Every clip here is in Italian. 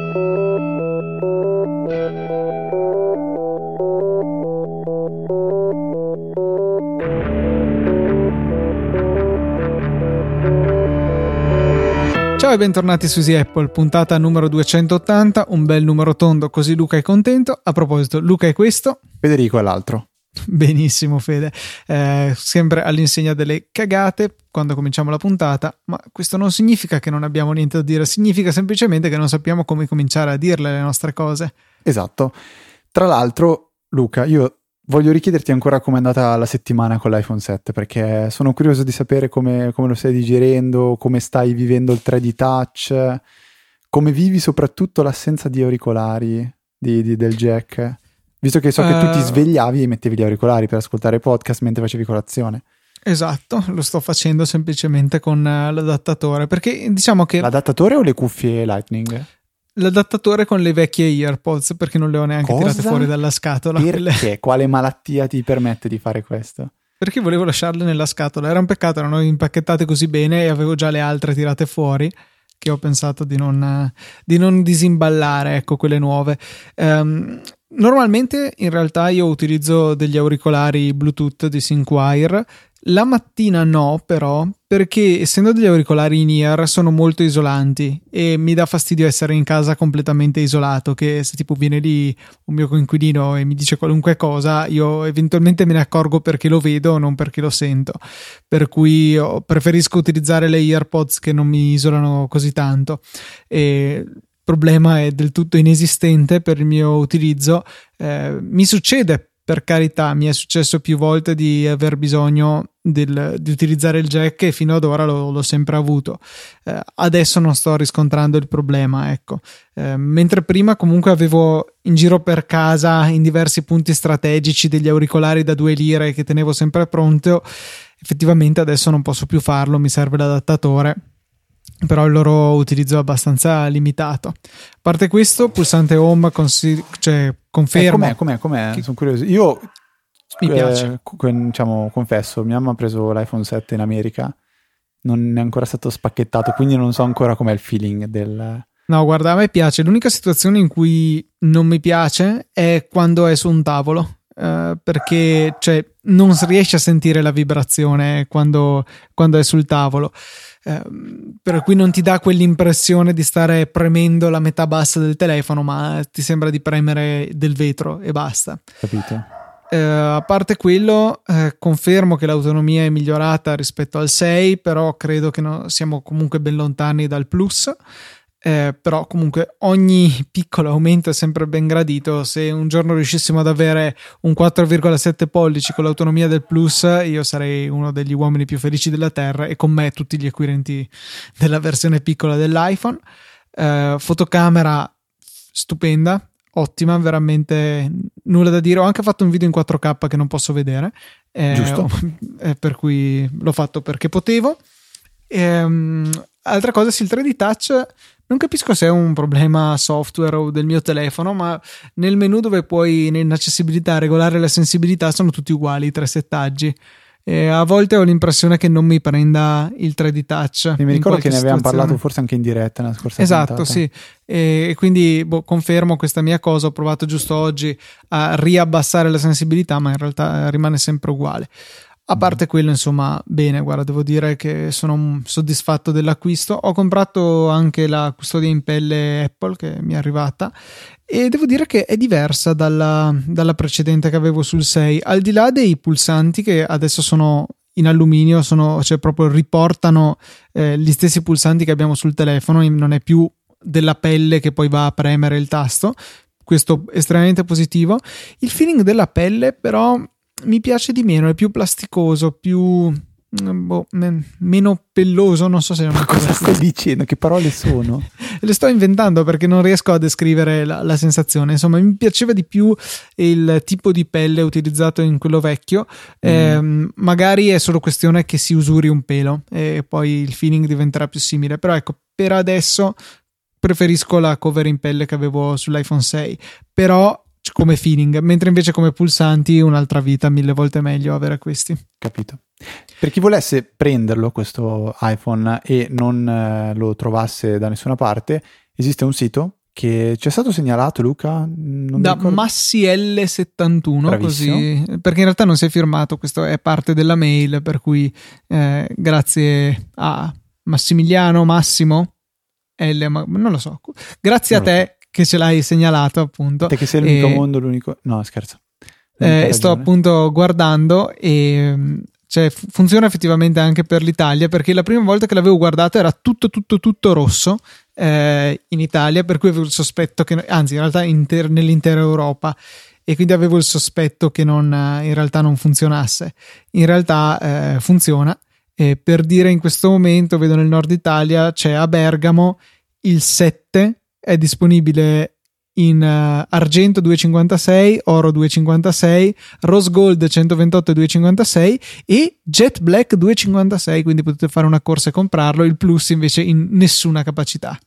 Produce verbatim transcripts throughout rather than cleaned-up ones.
Ciao e bentornati su Easy Apple, puntata numero duecentottanta, un bel numero tondo così Luca è contento. A proposito, Luca è questo? Federico è l'altro. Benissimo Fede, eh, sempre all'insegna delle cagate quando cominciamo la puntata, ma questo non significa che non abbiamo niente da dire, significa semplicemente che non sappiamo come cominciare a dirle le nostre cose. Esatto. Tra l'altro, Luca, io voglio richiederti ancora com'è andata la settimana con l'iPhone sette, perché sono curioso di sapere come, come lo stai digerendo, come stai vivendo il tre D Touch, come vivi soprattutto l'assenza di auricolari, di, di, del jack, visto che so che uh, tu ti svegliavi e mettevi gli auricolari per ascoltare podcast mentre facevi colazione. Esatto, lo sto facendo semplicemente con uh, l'adattatore, perché diciamo che... L'adattatore o le cuffie Lightning? L'adattatore con le vecchie AirPods, perché non le ho neanche Cosa? tirate fuori dalla scatola. Perché? Quale malattia ti permette di fare questo? Perché volevo lasciarle nella scatola, era un peccato, erano impacchettate così bene e avevo già le altre tirate fuori, che ho pensato di non, di non disimballare, ecco, quelle nuove. Um, normalmente in realtà io utilizzo degli auricolari Bluetooth di Synkwire. La mattina no, però, perché essendo degli auricolari in ear sono molto isolanti e mi dà fastidio essere in casa completamente isolato, che se tipo viene lì un mio coinquilino e mi dice qualunque cosa, io eventualmente me ne accorgo perché lo vedo, non perché lo sento, per cui io preferisco utilizzare le AirPods che non mi isolano così tanto. E il problema è del tutto inesistente per il mio utilizzo. Eh, mi succede, per carità, mi è successo più volte di aver bisogno del, di utilizzare il jack e fino ad ora l'ho, l'ho sempre avuto. Eh, adesso non sto riscontrando il problema, ecco. Eh, mentre prima comunque avevo in giro per casa, in diversi punti strategici, degli auricolari da due lire che tenevo sempre pronto. Effettivamente adesso non posso più farlo, mi serve l'adattatore, però il loro utilizzo è abbastanza limitato. A parte questo, pulsante home consi- cioè confermo. Eh, com'è, com'è, com'è? Che... Sono curioso. Io mi piace. Eh, con, diciamo, confesso, mia mamma ha preso l'iPhone sette in America, non è ancora stato spacchettato, quindi non so ancora com'è il feeling del... No, guarda, a me piace. L'unica situazione in cui non mi piace è quando è su un tavolo. Uh, perché cioè, non si riesce a sentire la vibrazione quando, quando è sul tavolo, uh, per cui non ti dà quell'impressione di stare premendo la metà bassa del telefono, ma ti sembra di premere del vetro e basta. Capito. Uh, a parte quello, uh, confermo che l'autonomia è migliorata rispetto al sei, però credo che no, siamo comunque ben lontani dal Plus. Eh, però comunque ogni piccolo aumento è sempre ben gradito. Se un giorno riuscissimo ad avere un quattro virgola sette pollici con l'autonomia del Plus, io sarei uno degli uomini più felici della terra, e con me tutti gli acquirenti della versione piccola dell'iPhone. Eh, fotocamera stupenda, ottima, veramente nulla da dire. Ho anche fatto un video in quattro K che non posso vedere, eh, giusto, eh, per cui l'ho fatto perché potevo. Ehm, altra cosa, sì, il tre D Touch non capisco se è un problema software o del mio telefono, ma nel menu dove puoi in accessibilità regolare la sensibilità sono tutti uguali i tre settaggi, e a volte ho l'impressione che non mi prenda il tre D Touch. E mi ricordo che ne avevamo parlato forse anche in diretta nella scorsa esatto puntata. Sì, e quindi boh, confermo questa mia cosa. Ho provato giusto oggi a riabbassare la sensibilità, ma in realtà rimane sempre uguale. A parte quello, insomma, bene, guarda, devo dire che sono soddisfatto dell'acquisto. Ho comprato anche la custodia in pelle Apple che mi è arrivata, e devo dire che è diversa dalla, dalla precedente che avevo sul sei, al di là dei pulsanti che adesso sono in alluminio, sono, cioè proprio riportano eh, gli stessi pulsanti che abbiamo sul telefono, non è più della pelle che poi va a premere il tasto. Questo è estremamente positivo. Il feeling della pelle però mi piace di meno, è più plasticoso, più boh, meno pelloso, non so se è una ma cosa stai dicendo, che parole sono? Le sto inventando perché non riesco a descrivere la, la sensazione. Insomma, mi piaceva di più il tipo di pelle utilizzato in quello vecchio. mm. eh, magari è solo questione che si usuri un pelo e poi il feeling diventerà più simile, però ecco, per adesso preferisco la cover in pelle che avevo sull'iPhone sei, però come feeling, mentre invece come pulsanti un'altra vita, mille volte meglio avere questi. Capito. Per chi volesse prenderlo questo iPhone e non eh, lo trovasse da nessuna parte, esiste un sito che ci è stato segnalato, Luca? Non da Massi L settantuno, così, perché in realtà non si è firmato, questo è parte della mail, per cui eh, grazie a Massimiliano, Massimo L, ma non lo so, grazie non a te so. Che ce l'hai segnalato, appunto. Te che sei l'unico e, mondo, l'unico... No, scherzo. Eh, sto appunto guardando e... Cioè, funziona effettivamente anche per l'Italia, perché la prima volta che l'avevo guardato era tutto tutto tutto rosso eh, in Italia, per cui avevo il sospetto che, anzi in realtà inter, nell'intera Europa, e quindi avevo il sospetto che non, in realtà non funzionasse. In realtà eh, funziona, e per dire, in questo momento vedo nel nord Italia c'è a Bergamo il sette, è disponibile in uh, argento duecentocinquantasei, oro duecentocinquantasei, rose gold centoventotto e duecentocinquantasei e jet black duecentocinquantasei, quindi potete fare una corsa e comprarlo. Il plus invece in nessuna capacità.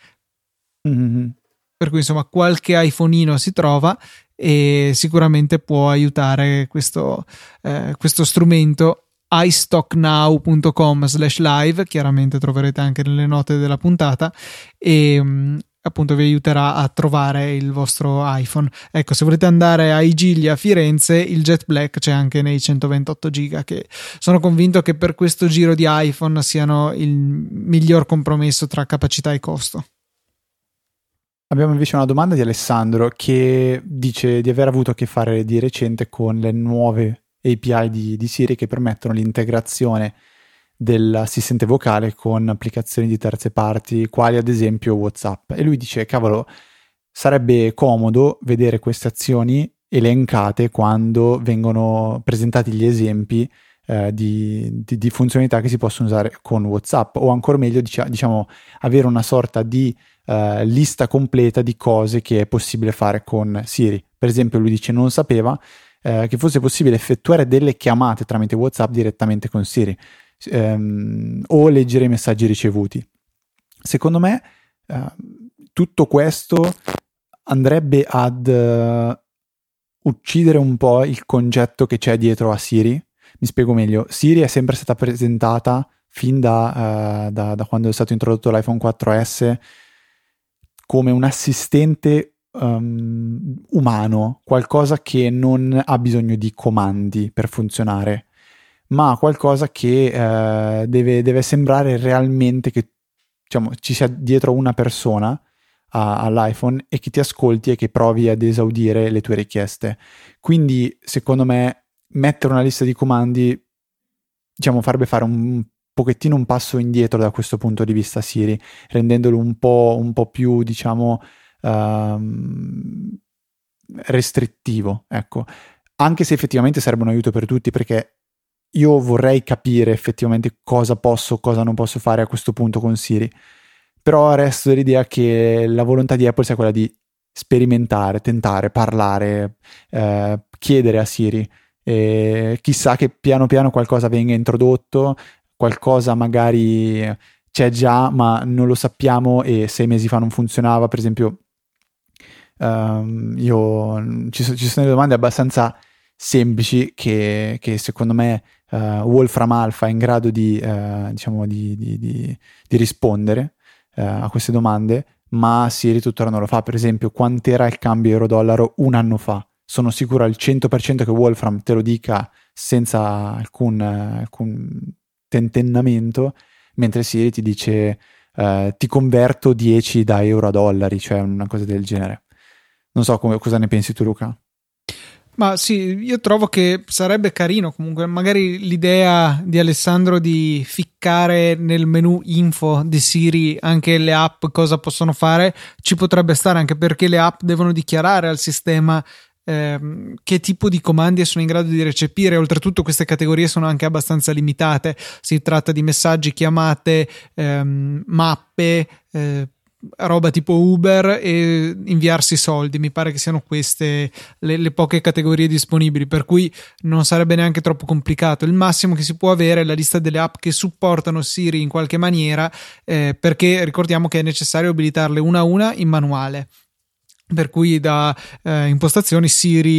Mm-hmm. Per cui insomma qualche iPhoneino si trova e sicuramente può aiutare questo, eh, questo strumento. istocknow punto com slash live, chiaramente troverete anche nelle note della puntata, e um, appunto vi aiuterà a trovare il vostro iPhone. Ecco, se volete andare a I Gigli a Firenze, il Jet Black c'è anche nei centoventotto giga, che sono convinto che per questo giro di iPhone siano il miglior compromesso tra capacità e costo. Abbiamo invece una domanda di Alessandro, che dice di aver avuto a che fare di recente con le nuove A P I di, di Siri che permettono l'integrazione dell'assistente vocale con applicazioni di terze parti, quali ad esempio WhatsApp. E lui dice: cavolo, sarebbe comodo vedere queste azioni elencate quando vengono presentati gli esempi eh, di, di, di funzionalità che si possono usare con WhatsApp, o ancora meglio dic- diciamo avere una sorta di eh, lista completa di cose che è possibile fare con Siri. Per esempio, lui dice non sapeva eh, che fosse possibile effettuare delle chiamate tramite WhatsApp direttamente con Siri, ehm, o leggere i messaggi ricevuti. Secondo me eh, tutto questo andrebbe ad uh, uccidere un po' il concetto che c'è dietro a Siri. Mi spiego meglio. Siri è sempre stata presentata fin da, uh, da, da quando è stato introdotto l'iPhone quattro esse come un assistente um, umano, qualcosa che non ha bisogno di comandi per funzionare, ma qualcosa che uh, deve, deve sembrare realmente che, diciamo, ci sia dietro una persona a, all'iPhone e che ti ascolti e che provi ad esaudire le tue richieste. Quindi secondo me mettere una lista di comandi, diciamo, farebbe fare un pochettino un passo indietro da questo punto di vista Siri, rendendolo un po', un po' più, diciamo, um, restrittivo, ecco. Anche se effettivamente sarebbe un aiuto per tutti, perché io vorrei capire effettivamente cosa posso, cosa non posso fare a questo punto con Siri, però resto dell'idea che la volontà di Apple sia quella di sperimentare, tentare, parlare, eh, chiedere a Siri, e chissà che piano piano qualcosa venga introdotto, qualcosa magari c'è già ma non lo sappiamo e sei mesi fa non funzionava. Per esempio um, io ci, so, ci sono delle domande abbastanza semplici che, che secondo me uh, Wolfram Alpha è in grado di, uh, diciamo di, di, di, di rispondere uh, a queste domande, ma Siri tuttora non lo fa. Per esempio, quant'era il cambio euro-dollaro un anno fa? Sono sicuro al cento per cento che Wolfram te lo dica senza alcun, alcun tentennamento, mentre Siri ti dice uh, ti converto dieci da euro a dollari, cioè una cosa del genere. Non so come, cosa ne pensi tu, Luca? Ma sì, io trovo che sarebbe carino comunque magari l'idea di Alessandro di ficcare nel menu info di Siri anche le app, cosa possono fare, ci potrebbe stare, anche perché le app devono dichiarare al sistema ehm, che tipo di comandi sono in grado di recepire. Oltretutto queste categorie sono anche abbastanza limitate, si tratta di messaggi, chiamate, ehm, mappe, eh, roba tipo Uber e inviarsi soldi. Mi pare che siano queste le, le poche categorie disponibili, per cui non sarebbe neanche troppo complicato. Il massimo che si può avere è la lista delle app che supportano Siri in qualche maniera, eh, perché ricordiamo che è necessario abilitarle una a una in manuale, per cui da eh, impostazioni Siri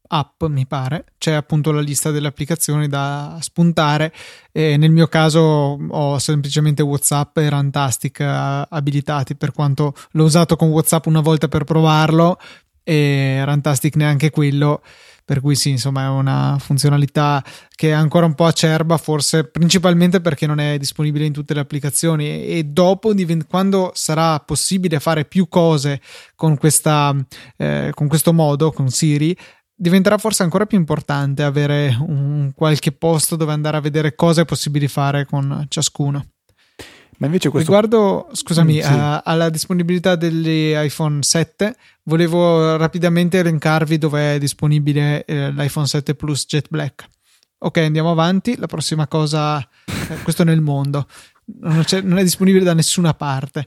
app, mi pare, c'è appunto la lista delle applicazioni da spuntare, e nel mio caso ho semplicemente WhatsApp e Runtastic abilitati, per quanto l'ho usato con WhatsApp una volta per provarlo e Runtastic neanche quello, per cui sì, insomma è una funzionalità che è ancora un po' acerba, forse principalmente perché non è disponibile in tutte le applicazioni, e dopo quando sarà possibile fare più cose con questa eh, con questo modo, con Siri, diventerà forse ancora più importante avere un qualche posto dove andare a vedere cosa è possibile fare con ciascuno. Ma invece questo... Riguardo, scusami, mm, sì. uh, alla disponibilità degli iPhone sette, volevo rapidamente elencarvi dove è disponibile eh, l'iPhone sette Plus Jet Black. Ok, andiamo avanti. La prossima cosa, eh, questo nel mondo, non, c'è, non è disponibile da nessuna parte.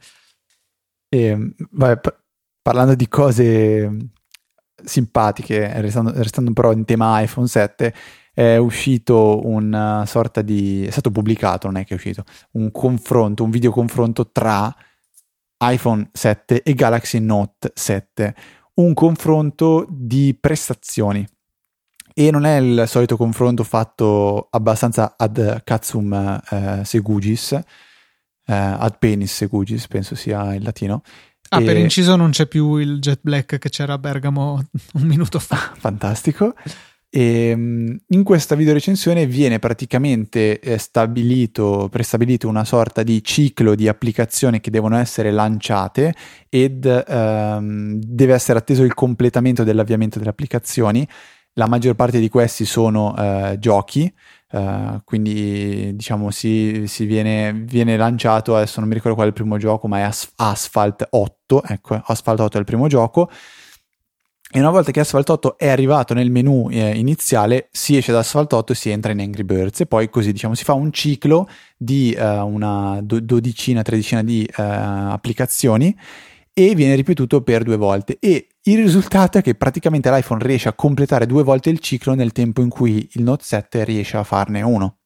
E, vabbè, p- parlando di cose simpatiche, restando, restando però in tema iPhone sette, è uscito una sorta di... è stato pubblicato, non è che è uscito, un confronto, un video confronto tra iPhone sette e Galaxy Note sette, un confronto di prestazioni. E non è il solito confronto fatto abbastanza ad Katsum eh, Segugis, eh, ad penis Segugis, penso sia il latino. Ah, e... per inciso non c'è più il Jet Black che c'era a Bergamo un minuto fa. Fantastico. E in questa videorecensione viene praticamente eh, stabilito, prestabilito una sorta di ciclo di applicazioni che devono essere lanciate ed ehm, deve essere atteso il completamento dell'avviamento delle applicazioni. La maggior parte di questi sono eh, giochi, eh, quindi diciamo si, si viene, viene lanciato, adesso non mi ricordo qual è il primo gioco, ma è As- Asphalt otto, ecco, Asphalt otto è il primo gioco. E una volta che Asphalt otto è arrivato nel menu eh, iniziale, si esce da Asphalt otto e si entra in Angry Birds, e poi così diciamo si fa un ciclo di eh, una do- dodicina, tredicina di eh, applicazioni, e viene ripetuto per due volte, e il risultato è che praticamente l'iPhone riesce a completare due volte il ciclo nel tempo in cui il Note sette riesce a farne uno.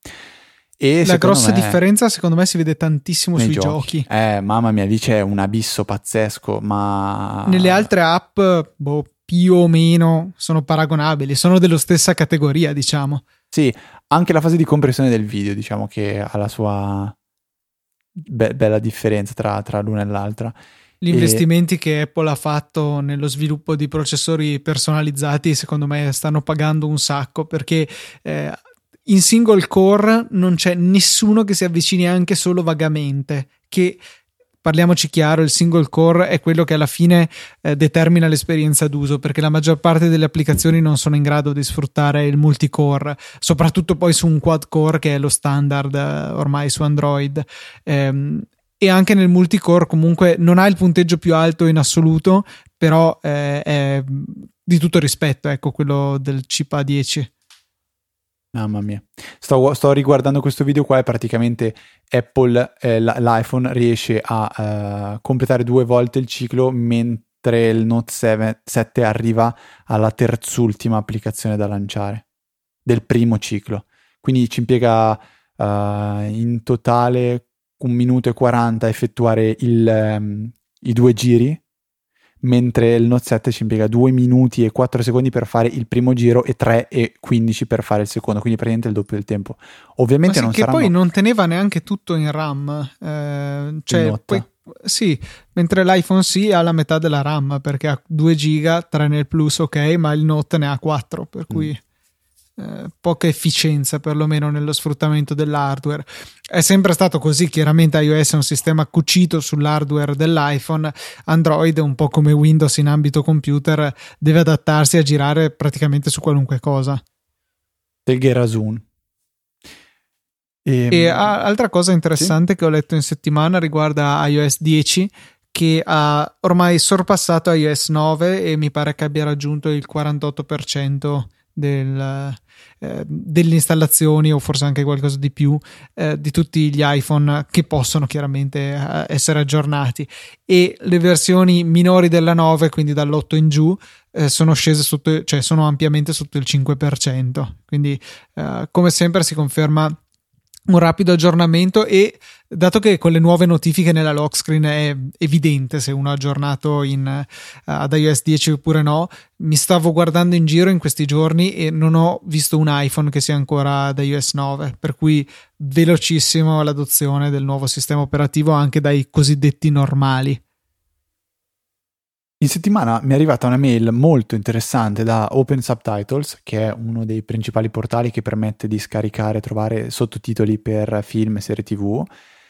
E la grossa me, differenza secondo me si vede tantissimo sui giochi. giochi. Eh, mamma mia, lì c'è un abisso pazzesco, ma... Nelle altre app, boh, più o meno sono paragonabili, sono dello stessa categoria, diciamo. Sì, anche la fase di compressione del video, diciamo che ha la sua be- bella differenza tra, tra l'una e l'altra. Gli e... investimenti che Apple ha fatto nello sviluppo di processori personalizzati, secondo me, stanno pagando un sacco, perché eh, in single core non c'è nessuno che si avvicini anche solo vagamente, che... Parliamoci chiaro, il single core è quello che alla fine eh, determina l'esperienza d'uso, perché la maggior parte delle applicazioni non sono in grado di sfruttare il multicore, soprattutto poi su un quad core che è lo standard eh, ormai su Android. Ehm, e anche nel multicore comunque non ha il punteggio più alto in assoluto, però eh, è di tutto rispetto, ecco, quello del chip A dieci. Mamma mia, sto, sto riguardando questo video qua e praticamente Apple, eh, l'iPhone riesce a uh, completare due volte il ciclo, mentre il Note sette arriva alla terzultima applicazione da lanciare del primo ciclo, quindi ci impiega uh, in totale un minuto e quaranta a effettuare il, um, i due giri, mentre il Note sette ci impiega due minuti e quattro secondi per fare il primo giro e tre e quindici per fare il secondo, quindi praticamente il doppio del tempo. Ovviamente sì, non che saranno... poi non teneva neanche tutto in RAM, eh, cioè poi, sì, mentre l'iPhone sì ha la metà della RAM, perché ha due giga, tre nel Plus, ok, ma il Note ne ha quattro, per cui mm. Eh, poca efficienza perlomeno nello sfruttamento dell'hardware. È sempre stato così, chiaramente iOS è un sistema cucito sull'hardware dell'iPhone, Android un po' come Windows in ambito computer deve adattarsi a girare praticamente su qualunque cosa. Del Gerasun. E, e a, altra cosa interessante sì? che ho letto in settimana riguarda iOS dieci, che ha ormai sorpassato iOS nove e mi pare che abbia raggiunto il quarantotto per cento del, eh, delle installazioni, o forse anche qualcosa di più, eh, di tutti gli iPhone che possono chiaramente eh, essere aggiornati, e le versioni minori della nove, quindi dall'otto in giù, eh, sono scese sotto, cioè sono ampiamente sotto il cinque per cento, quindi eh, come sempre si conferma un rapido aggiornamento, e dato che con le nuove notifiche nella lock screen è evidente se uno è aggiornato in, uh, ad iOS dieci oppure no, mi stavo guardando in giro in questi giorni e non ho visto un iPhone che sia ancora ad iOS nove, per cui velocissimo l'adozione del nuovo sistema operativo anche dai cosiddetti normali. In settimana mi è arrivata una mail molto interessante da Open Subtitles, che è uno dei principali portali che permette di scaricare e trovare sottotitoli per film e serie tivù,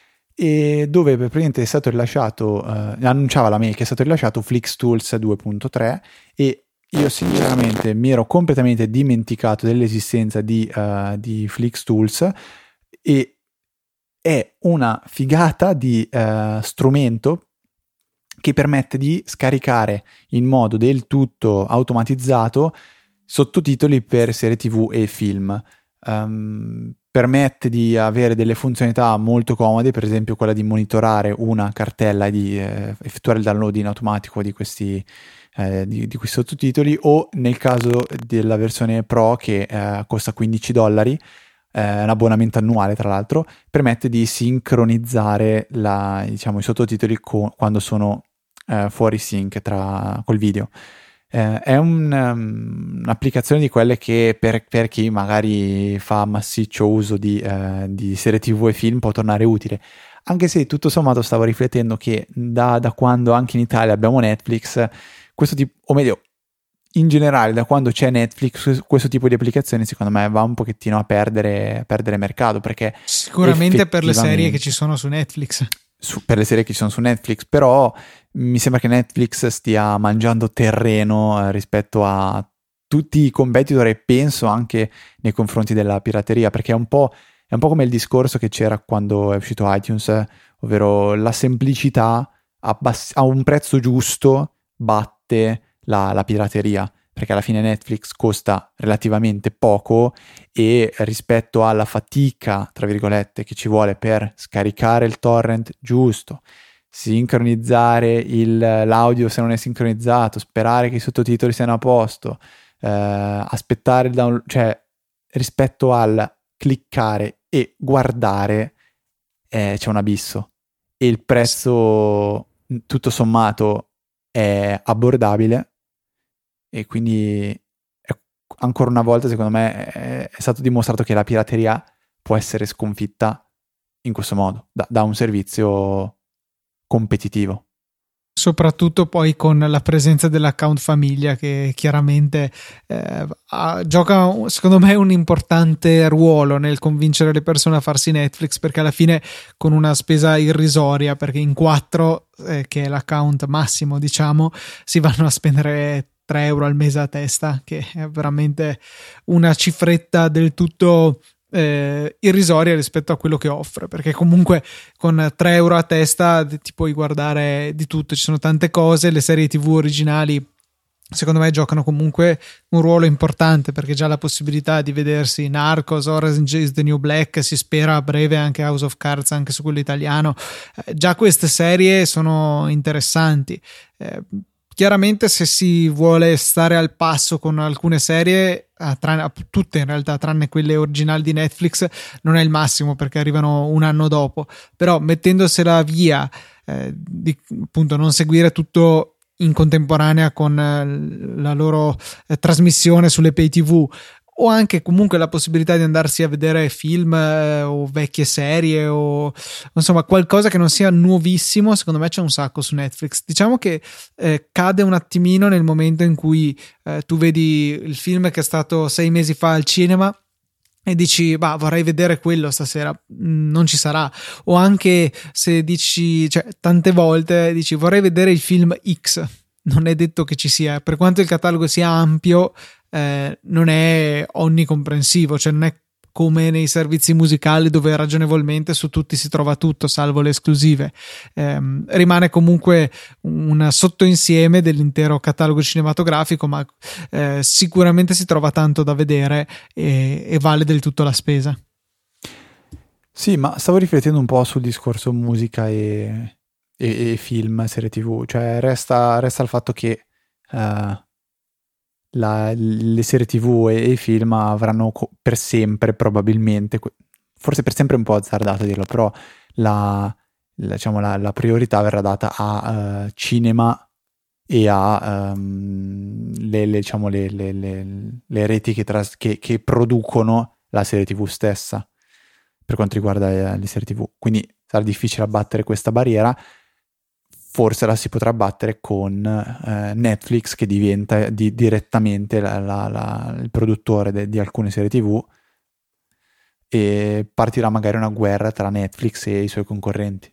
e dove praticamente è stato rilasciato, eh, annunciava la mail che è stato rilasciato FlixTools due punto tre, e io sinceramente mi ero completamente dimenticato dell'esistenza di, uh, di FlixTools, e è una figata di uh, strumento che permette di scaricare in modo del tutto automatizzato sottotitoli per serie tivù e film. Um, permette di avere delle funzionalità molto comode, per esempio quella di monitorare una cartella e di eh, effettuare il download in automatico di questi, eh, di, di questi sottotitoli, o nel caso della versione Pro che eh, costa quindici dollari, eh, un abbonamento annuale tra l'altro, permette di sincronizzare la, diciamo, i sottotitoli co- quando sono Uh, fuori sync tra, col video. Uh, è un, um, un'applicazione di quelle che per, per chi magari fa massiccio uso di, uh, di serie tivù e film può tornare utile, anche se tutto sommato stavo riflettendo che da, da quando anche in Italia abbiamo Netflix, questo tipo, o meglio in generale da quando c'è Netflix, questo tipo di applicazioni secondo me va un pochettino a perdere, a perdere mercato, perché sicuramente per le serie che ci sono su Netflix Su, per le serie che ci sono su Netflix, però mi sembra che Netflix stia mangiando terreno eh, rispetto a tutti i competitor, e penso anche nei confronti della pirateria, perché è un po', è un po' come il discorso che c'era quando è uscito iTunes, eh, ovvero la semplicità a, bass- a un prezzo giusto batte la, la pirateria, perché alla fine Netflix costa relativamente poco, e rispetto alla fatica, tra virgolette, che ci vuole per scaricare il torrent giusto, sincronizzare il, l'audio se non è sincronizzato, sperare che i sottotitoli siano a posto, eh, aspettare il download, cioè rispetto al cliccare e guardare eh, c'è un abisso, e il prezzo tutto sommato è abbordabile. E quindi è, ancora una volta secondo me è, è stato dimostrato che la pirateria può essere sconfitta in questo modo, da, da un servizio competitivo. Soprattutto poi con la presenza dell'account famiglia, che chiaramente eh, ha, gioca secondo me un importante ruolo nel convincere le persone a farsi Netflix, perché alla fine con una spesa irrisoria, perché in quattro, eh, che è l'account massimo diciamo, si vanno a spendere tre euro al mese a testa, che è veramente una cifretta del tutto eh, irrisoria rispetto a quello che offre, perché comunque con tre euro a testa ti puoi guardare di tutto, ci sono tante cose. Le serie tivù originali secondo me giocano comunque un ruolo importante, perché già la possibilità di vedersi Narcos, Orange is the New Black, si spera a breve anche House of Cards anche su quello italiano, eh, già queste serie sono interessanti. eh, Chiaramente se si vuole stare al passo con alcune serie, ah, tranne, tutte in realtà tranne quelle originali di Netflix, non è il massimo perché arrivano un anno dopo, però mettendosela via, eh, di appunto non seguire tutto in contemporanea con eh, la loro eh, trasmissione sulle pay tv, o anche comunque la possibilità di andarsi a vedere film eh, o vecchie serie, o insomma qualcosa che non sia nuovissimo, secondo me c'è un sacco su Netflix. Diciamo che eh, cade un attimino nel momento in cui eh, tu vedi il film che è stato sei mesi fa al cinema e dici bah, vorrei vedere quello stasera, non ci sarà. O anche se dici, cioè tante volte dici vorrei vedere il film X, non è detto che ci sia, per quanto il catalogo sia ampio. Eh, non è onnicomprensivo, cioè non è come nei servizi musicali dove ragionevolmente su tutti si trova tutto salvo le esclusive. Eh, rimane comunque un sottoinsieme dell'intero catalogo cinematografico, ma eh, sicuramente si trova tanto da vedere e, e vale del tutto la spesa. Sì, ma stavo riflettendo un po' sul discorso musica e, e, e film, serie tivù, cioè resta, resta il fatto che uh, La, le serie tivù e i film avranno co- per sempre probabilmente, forse per sempre un po' azzardato a dirlo, però la, la, diciamo, la, la priorità verrà data a uh, cinema e a um, le, le, diciamo, le, le, le, le reti che, tras- che, che producono la serie tivù stessa, per quanto riguarda le serie tivù. Quindi sarà difficile abbattere questa barriera. Forse la si potrà battere con eh, Netflix, che diventa di, direttamente la, la, la, il produttore de, di alcune serie tivù, e partirà magari una guerra tra Netflix e i suoi concorrenti.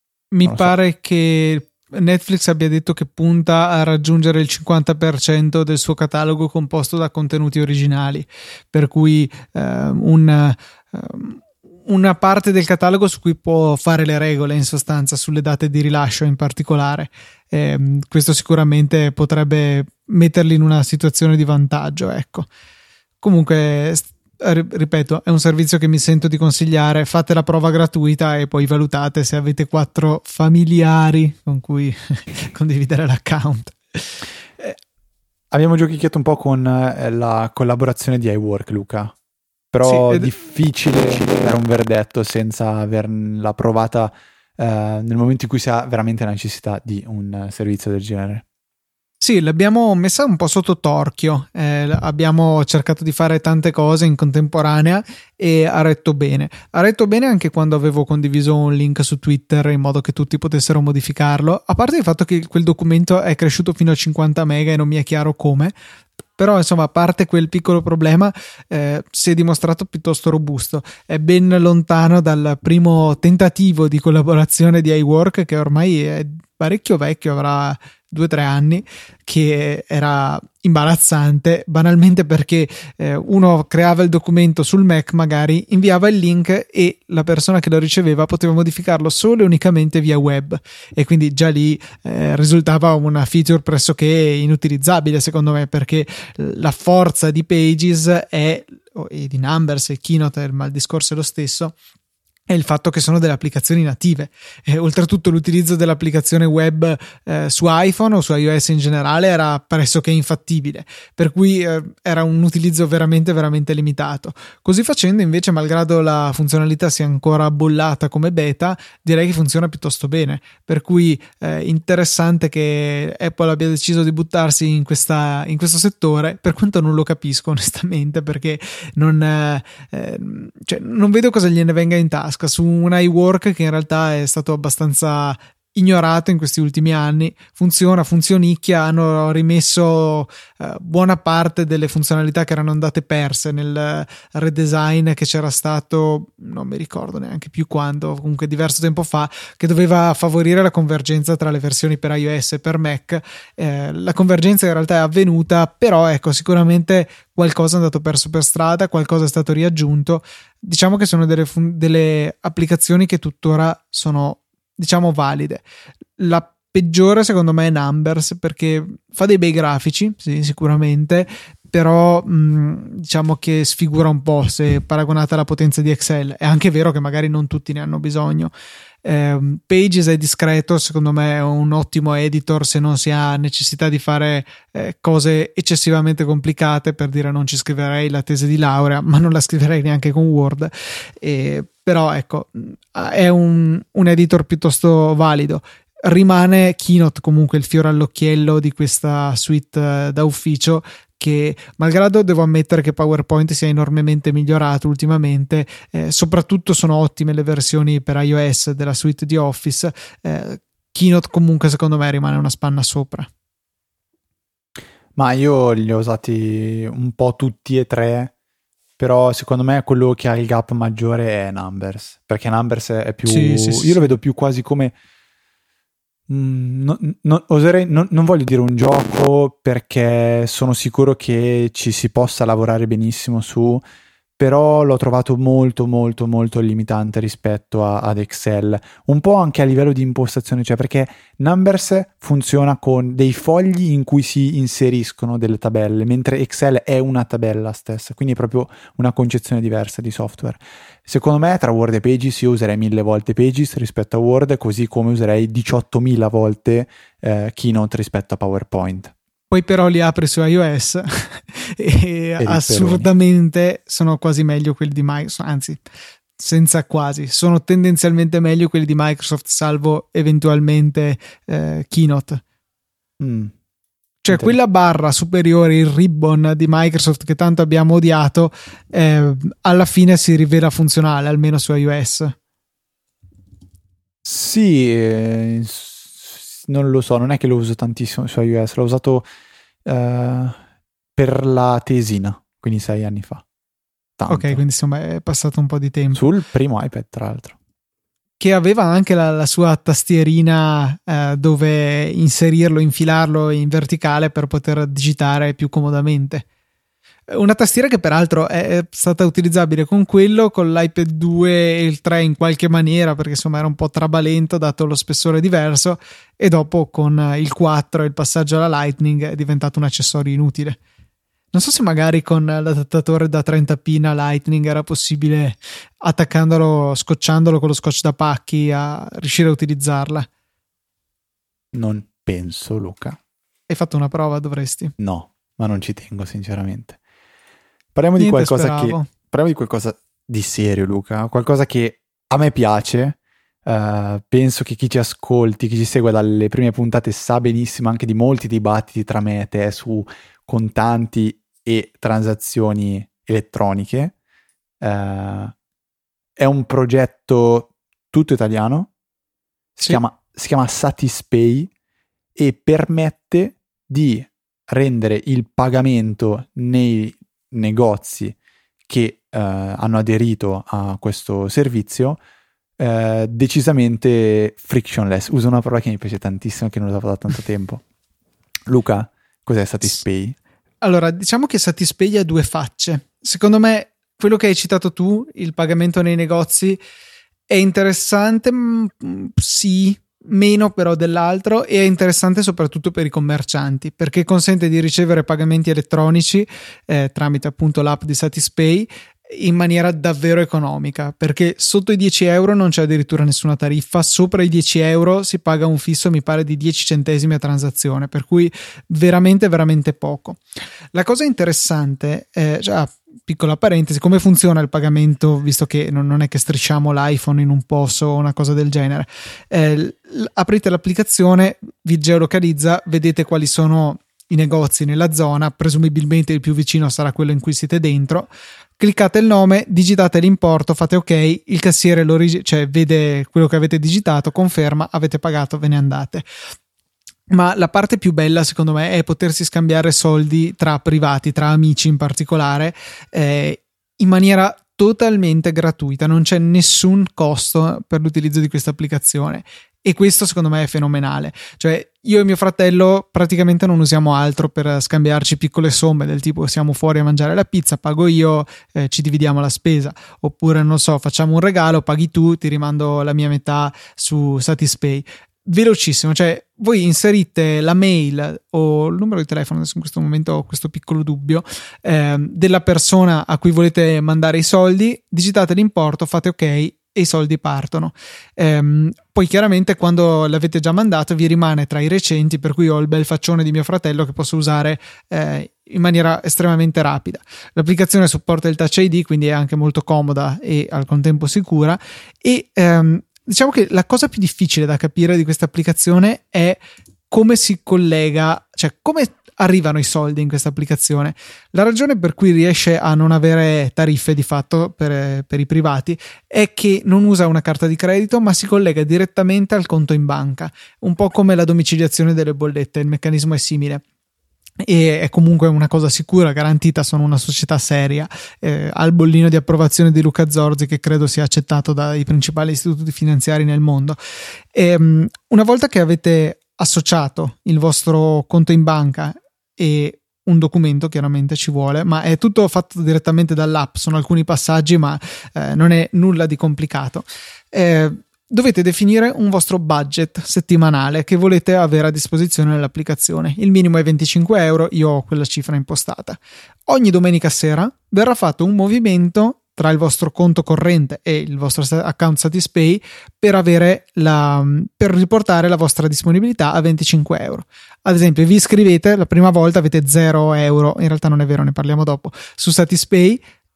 Mi pare so. che Netflix abbia detto che punta a raggiungere il cinquanta per cento del suo catalogo composto da contenuti originali, per cui eh, un, um, una parte del catalogo su cui può fare le regole, in sostanza, sulle date di rilascio in particolare. Eh, questo sicuramente potrebbe metterli in una situazione di vantaggio, ecco. Comunque, ripeto, è un servizio che mi sento di consigliare. Fate la prova gratuita e poi valutate se avete quattro familiari con cui condividere l'account. Eh, abbiamo giochicchiato un po' con eh, la collaborazione di iWork, Luca, però sì, è difficile dare un verdetto senza averla provata eh, nel momento in cui si ha veramente la necessità di un servizio del genere. Sì, l'abbiamo messa un po' sotto torchio, eh, abbiamo cercato di fare tante cose in contemporanea e ha retto bene. Ha retto bene anche quando avevo condiviso un link su Twitter in modo che tutti potessero modificarlo, a parte il fatto che quel documento è cresciuto fino a cinquanta mega e non mi è chiaro come. Però insomma, a parte quel piccolo problema, eh, si è dimostrato piuttosto robusto. È ben lontano dal primo tentativo di collaborazione di iWork, che ormai è parecchio vecchio, avrà due o tre anni, che era imbarazzante, banalmente perché eh, uno creava il documento sul Mac, magari inviava il link e la persona che lo riceveva poteva modificarlo solo e unicamente via web, e quindi già lì eh, risultava una feature pressoché inutilizzabile, secondo me, perché la forza di Pages è, e di Numbers e Keynote, ma il discorso è lo stesso, è il fatto che sono delle applicazioni native. E oltretutto l'utilizzo dell'applicazione web eh, su iPhone o su iOS in generale era pressoché infattibile, per cui eh, era un utilizzo veramente veramente limitato. Così facendo, invece, malgrado la funzionalità sia ancora bollata come beta, direi che funziona piuttosto bene, per cui eh, interessante che Apple abbia deciso di buttarsi in, questa, in questo settore, per quanto non lo capisco onestamente, perché non, eh, cioè, non vedo cosa gliene venga in tasca su un iWork che in realtà è stato abbastanza ignorato in questi ultimi anni. Funziona, funzionicchia, hanno rimesso uh, buona parte delle funzionalità che erano andate perse nel redesign che c'era stato, non mi ricordo neanche più quando, comunque diverso tempo fa, che doveva favorire la convergenza tra le versioni per iOS e per Mac. Eh, la convergenza in realtà è avvenuta, però ecco, sicuramente qualcosa è andato perso per strada, qualcosa è stato riaggiunto. Diciamo che sono delle, fun- delle applicazioni che tuttora sono, diciamo, valide. La peggiore secondo me è Numbers, perché fa dei bei grafici, sì, sicuramente, però mh, diciamo che sfigura un po' se paragonata alla potenza di Excel. È anche vero che magari non tutti ne hanno bisogno. Eh, Pages è discreto, secondo me è un ottimo editor se non si ha necessità di fare eh, cose eccessivamente complicate. Per dire, non ci scriverei la tesi di laurea, ma non la scriverei neanche con Word, eh, però ecco, è un, un editor piuttosto valido. Rimane Keynote comunque il fiore all'occhiello di questa suite uh, da ufficio, che malgrado devo ammettere che PowerPoint sia enormemente migliorato ultimamente, eh, soprattutto sono ottime le versioni per iOS della suite di Office, eh, Keynote comunque secondo me rimane una spanna sopra. Ma io li ho usati un po' tutti e tre, però secondo me quello che ha il gap maggiore è Numbers, perché Numbers è più, sì, sì, sì, io lo vedo più quasi come Mm, no, no, oserei, no, non voglio dire un gioco, perché sono sicuro che ci si possa lavorare benissimo su, però l'ho trovato molto molto molto limitante rispetto a, ad Excel, un po' anche a livello di impostazione, cioè perché Numbers funziona con dei fogli in cui si inseriscono delle tabelle, mentre Excel è una tabella stessa, quindi è proprio una concezione diversa di software. Secondo me tra Word e Pages io userei mille volte Pages rispetto a Word, così come userei diciottomila volte eh, Keynote rispetto a PowerPoint. Poi però li apri su iOS e, e assurdamente sono quasi meglio quelli di Microsoft, anzi senza quasi, sono tendenzialmente meglio quelli di Microsoft, salvo eventualmente eh, Keynote. Mm. Cioè quella barra superiore, il ribbon di Microsoft che tanto abbiamo odiato, eh, alla fine si rivela funzionale, almeno su iOS. Sì, eh, non lo so, non è che lo uso tantissimo su iOS, l'ho usato eh, per la tesina, quindi sei anni fa. Tanto. Ok, quindi insomma è passato un po' di tempo. Sul primo iPad, tra l'altro. Che aveva anche la, la sua tastierina eh, dove inserirlo, infilarlo in verticale per poter digitare più comodamente. Una tastiera che peraltro è stata utilizzabile con quello, con l'iPad due e il tre in qualche maniera, perché insomma era un po' trabalento dato lo spessore diverso, e dopo con il quattro e il passaggio alla Lightning è diventato un accessorio inutile. Non so se magari con l'adattatore da trenta pin a Lightning era possibile, attaccandolo, scocciandolo con lo scotch da pacchi, a riuscire a utilizzarla. Non penso, Luca. Hai fatto una prova, dovresti. No, ma non ci tengo sinceramente. Parliamo Niente, di qualcosa speravo. che parliamo di qualcosa di serio, Luca, qualcosa che a me piace. Uh, penso che chi ci ascolti, chi ci segue dalle prime puntate sa benissimo anche di molti dibattiti tra me e te su contanti e transazioni elettroniche. Uh, è un progetto tutto italiano, si, Sì. chiama, si chiama Satispay e permette di rendere il pagamento nei negozi che uh, hanno aderito a questo servizio uh, decisamente frictionless. Uso una parola che mi piace tantissimo, che non usavo da tanto tempo. Luca, cos'è Satispay? Allora, diciamo che Satispay ha due facce. Secondo me, quello che hai citato tu, il pagamento nei negozi, è interessante, mh, sì, meno però dell'altro, e è interessante soprattutto per i commercianti, perché consente di ricevere pagamenti elettronici eh, tramite appunto l'app di Satispay in maniera davvero economica, perché sotto i dieci euro non c'è addirittura nessuna tariffa, sopra i dieci euro si paga un fisso, mi pare, di dieci centesimi a transazione, per cui veramente veramente poco. La cosa interessante è, cioè, piccola parentesi, come funziona il pagamento, visto che non, non è che strisciamo l'iPhone in un posto o una cosa del genere. Eh, l- aprite l'applicazione, vi geolocalizza, vedete quali sono i negozi nella zona, presumibilmente il più vicino sarà quello in cui siete dentro, cliccate il nome, digitate l'importo, fate ok, il cassiere lo rig- cioè vede quello che avete digitato, conferma, avete pagato, ve ne andate. Ma la parte più bella secondo me è potersi scambiare soldi tra privati, tra amici in particolare, eh, in maniera totalmente gratuita, non c'è nessun costo per l'utilizzo di questa applicazione. E questo secondo me è fenomenale. Cioè io e mio fratello praticamente non usiamo altro per scambiarci piccole somme, del tipo siamo fuori a mangiare la pizza, pago io, eh, ci dividiamo la spesa, oppure non so, facciamo un regalo, paghi tu, ti rimando la mia metà su Satispay. Velocissimo, cioè voi inserite la mail o il numero di telefono, adesso in questo momento ho questo piccolo dubbio, eh, della persona a cui volete mandare i soldi, digitate l'importo, fate ok e i soldi partono. Ehm, poi chiaramente quando l'avete già mandato vi rimane tra i recenti, per cui ho il bel faccione di mio fratello che posso usare eh, in maniera estremamente rapida. L'applicazione supporta il Touch I D, quindi è anche molto comoda e al contempo sicura, e ehm, diciamo che la cosa più difficile da capire di questa applicazione è come si collega, cioè come arrivano i soldi in questa applicazione. La ragione per cui riesce a non avere tariffe di fatto per, per i privati è che non usa una carta di credito, ma si collega direttamente al conto in banca, un po' come la domiciliazione delle bollette, il meccanismo è simile. E è comunque una cosa sicura, garantita, sono una società seria, eh, ha il bollino di approvazione di Luca Zorzi che credo sia accettato dai principali istituti finanziari nel mondo. E, um, una volta che avete associato il vostro conto in banca e un documento, chiaramente ci vuole, ma è tutto fatto direttamente dall'app, sono alcuni passaggi ma eh, non è nulla di complicato. Eh, dovete definire un vostro budget settimanale che volete avere a disposizione nell'applicazione. Il minimo è venticinque euro, io ho quella cifra impostata. Ogni domenica sera verrà fatto un movimento tra il vostro conto corrente e il vostro account Satispay per avere la, per riportare la vostra disponibilità a venticinque euro. Ad esempio, vi iscrivete, la prima volta avete zero euro, in realtà non è vero, ne parliamo dopo, su Satispay,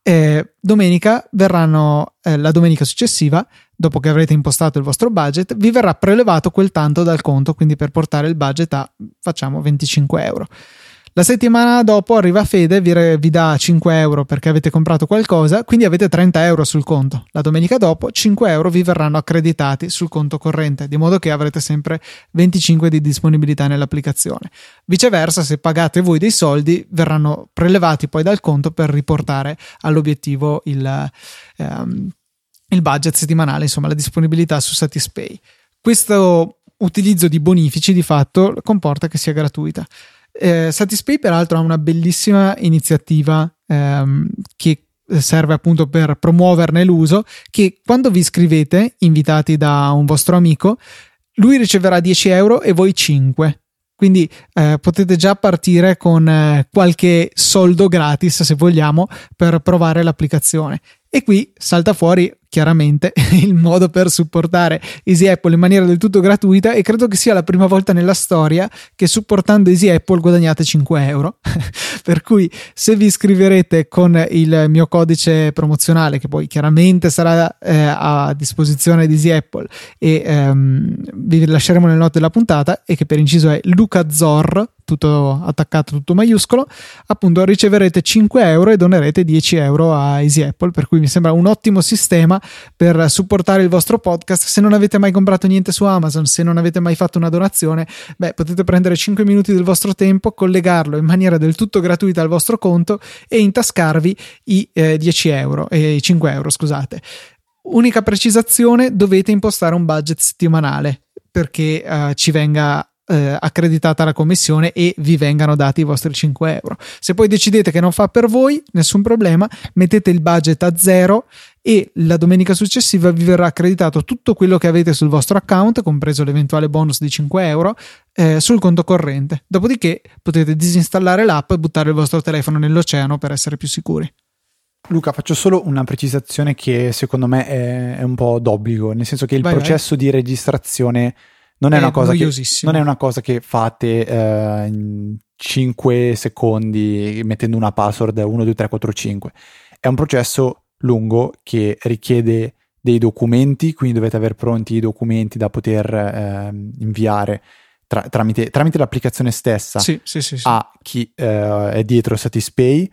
eh, domenica verranno eh, la domenica successiva, dopo che avrete impostato il vostro budget, vi verrà prelevato quel tanto dal conto, quindi per portare il budget a, facciamo, venticinque euro. La settimana dopo arriva Fede, vi, re, vi dà cinque euro perché avete comprato qualcosa, quindi avete trenta euro sul conto. La domenica dopo cinque euro vi verranno accreditati sul conto corrente, di modo che avrete sempre venticinque di disponibilità nell'applicazione. Viceversa, se pagate voi dei soldi, verranno prelevati poi dal conto per riportare all'obiettivo il, um, il budget settimanale, insomma la disponibilità su Satispay. Questo utilizzo di bonifici di fatto comporta che sia gratuita. Eh, Satispay peraltro ha una bellissima iniziativa ehm, che serve appunto per promuoverne l'uso, che quando vi iscrivete invitati da un vostro amico, lui riceverà dieci euro e voi cinque, quindi eh, potete già partire con eh, qualche soldo gratis, se vogliamo, per provare l'applicazione. E qui salta fuori chiaramente il modo per supportare Easy Apple in maniera del tutto gratuita, e credo che sia la prima volta nella storia che supportando Easy Apple guadagnate cinque euro. Per cui se vi iscriverete con il mio codice promozionale, che poi chiaramente sarà eh, a disposizione di Easy Apple e ehm, vi lasceremo nelle note della puntata, e che per inciso è LucaZor, tutto attaccato, tutto maiuscolo, appunto riceverete cinque euro e donerete dieci euro a Easy Apple, per cui mi sembra un ottimo sistema per supportare il vostro podcast. Se non avete mai comprato niente su Amazon, se non avete mai fatto una donazione, beh, potete prendere cinque minuti del vostro tempo, collegarlo in maniera del tutto gratuita al vostro conto e intascarvi i eh, dieci euro e i cinque euro, scusate. Unica precisazione: dovete impostare un budget settimanale perché eh, ci venga Eh, accreditata la commissione e vi vengano dati i vostri cinque euro. Se poi decidete che non fa per voi, nessun problema, mettete il budget a zero e la domenica successiva vi verrà accreditato tutto quello che avete sul vostro account, compreso l'eventuale bonus di cinque euro, eh, sul conto corrente. Dopodiché potete disinstallare l'app e buttare il vostro telefono nell'oceano per essere più sicuri. Luca, faccio solo una precisazione che secondo me è, è un po' d'obbligo, nel senso che il vai, processo vai. di registrazione Non è, è, una cosa che, non è una cosa che fate eh, in cinque secondi mettendo una password uno, due, tre, quattro, cinque. È un processo lungo che richiede dei documenti, quindi dovete aver pronti i documenti da poter eh, inviare tra, tramite, tramite l'applicazione stessa sì, sì, sì, sì. a chi eh, è dietro Satispay,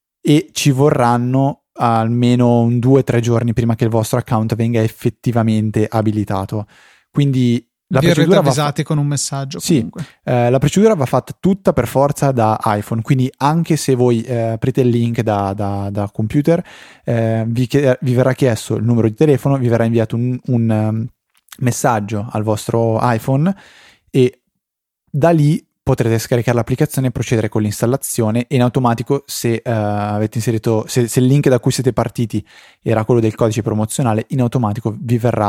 e ci vorranno almeno un due o tre giorni prima che il vostro account venga effettivamente abilitato. Quindi la vi procedura avete avvisati fa... con un messaggio sì, comunque. Eh, la procedura va fatta tutta per forza da iPhone, quindi anche se voi eh, aprite il link da, da, da computer, eh, vi, chied- vi verrà chiesto il numero di telefono, vi verrà inviato un, un um, messaggio al vostro iPhone, e da lì potrete scaricare l'applicazione e procedere con l'installazione, e in automatico, se uh, avete inserito, se, se il link da cui siete partiti era quello del codice promozionale, in automatico vi verrà